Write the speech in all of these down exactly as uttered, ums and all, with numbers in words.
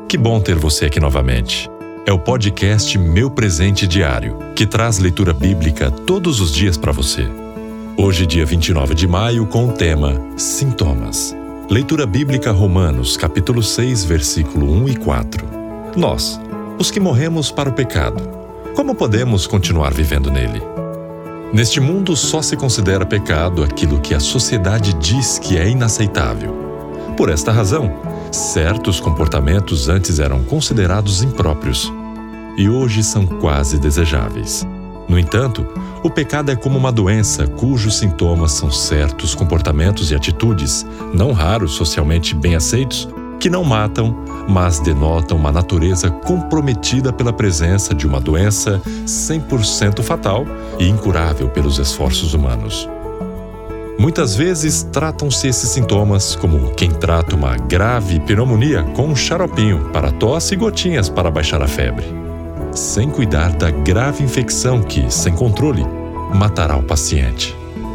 Que bom ter você aqui novamente. É o podcast Meu Presente Diário, que traz leitura bíblica todos os dias para você. Hoje, dia vinte e nove de maio, com o tema Sintomas. Leitura bíblica Romanos, capítulo seis, versículo um e quatro. Nós, os que morremos para o pecado, como podemos continuar vivendo nele? Neste mundo só se considera pecado aquilo que a sociedade diz que é inaceitável. Por esta razão, certos comportamentos antes eram considerados impróprios e hoje são quase desejáveis. No entanto, o pecado é como uma doença cujos sintomas são certos comportamentos e atitudes, não raros socialmente bem aceitos, que não matam, mas denotam uma natureza comprometida pela presença de uma doença cem por cento fatal e incurável pelos esforços humanos. Muitas vezes tratam-se esses sintomas como quem trata uma grave pneumonia com um xaropinho para tosse e gotinhas para baixar a febre, sem cuidar da grave infecção que, sem controle, matará o paciente.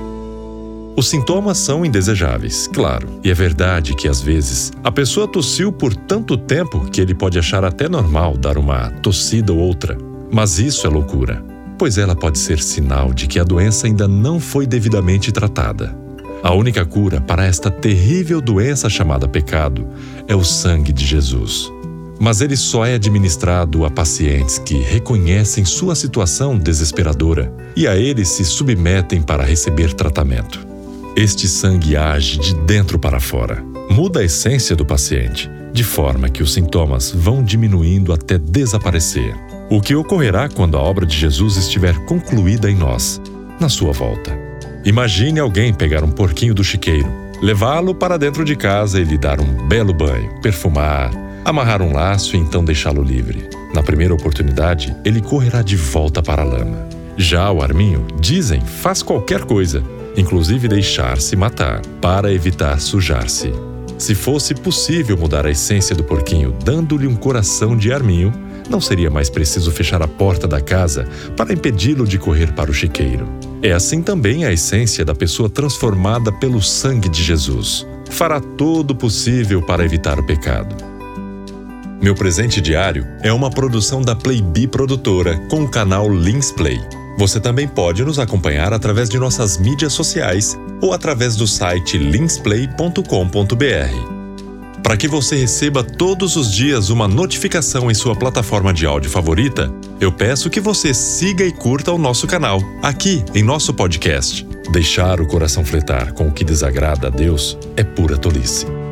Os sintomas são indesejáveis, claro, e é verdade que às vezes a pessoa tossiu por tanto tempo que ele pode achar até normal dar uma tossida ou outra, mas isso é loucura, pois ela pode ser sinal de que a doença ainda não foi devidamente tratada. A única cura para esta terrível doença chamada pecado é o sangue de Jesus. Mas ele só é administrado a pacientes que reconhecem sua situação desesperadora e a ele se submetem para receber tratamento. Este sangue age de dentro para fora, muda a essência do paciente, de forma que os sintomas vão diminuindo até desaparecer. O que ocorrerá quando a obra de Jesus estiver concluída em nós, na sua volta. Imagine alguém pegar um porquinho do chiqueiro, levá-lo para dentro de casa e lhe dar um belo banho, perfumar, amarrar um laço e então deixá-lo livre. Na primeira oportunidade, ele correrá de volta para a lama. Já o arminho, dizem, faz qualquer coisa, inclusive deixar-se matar, para evitar sujar-se. Se fosse possível mudar a essência do porquinho dando-lhe um coração de arminho, não seria mais preciso fechar a porta da casa para impedi-lo de correr para o chiqueiro. É assim também a essência da pessoa transformada pelo sangue de Jesus. Fará todo o possível para evitar o pecado. Meu Presente Diário é uma produção da Playbee Produtora com o canal Lins Play. Você também pode nos acompanhar através de nossas mídias sociais ou através do site linsplay ponto com ponto b r. Para que você receba todos os dias uma notificação em sua plataforma de áudio favorita, eu peço que você siga e curta o nosso canal, aqui em nosso podcast. Deixar o coração fletar com o que desagrada a Deus é pura tolice.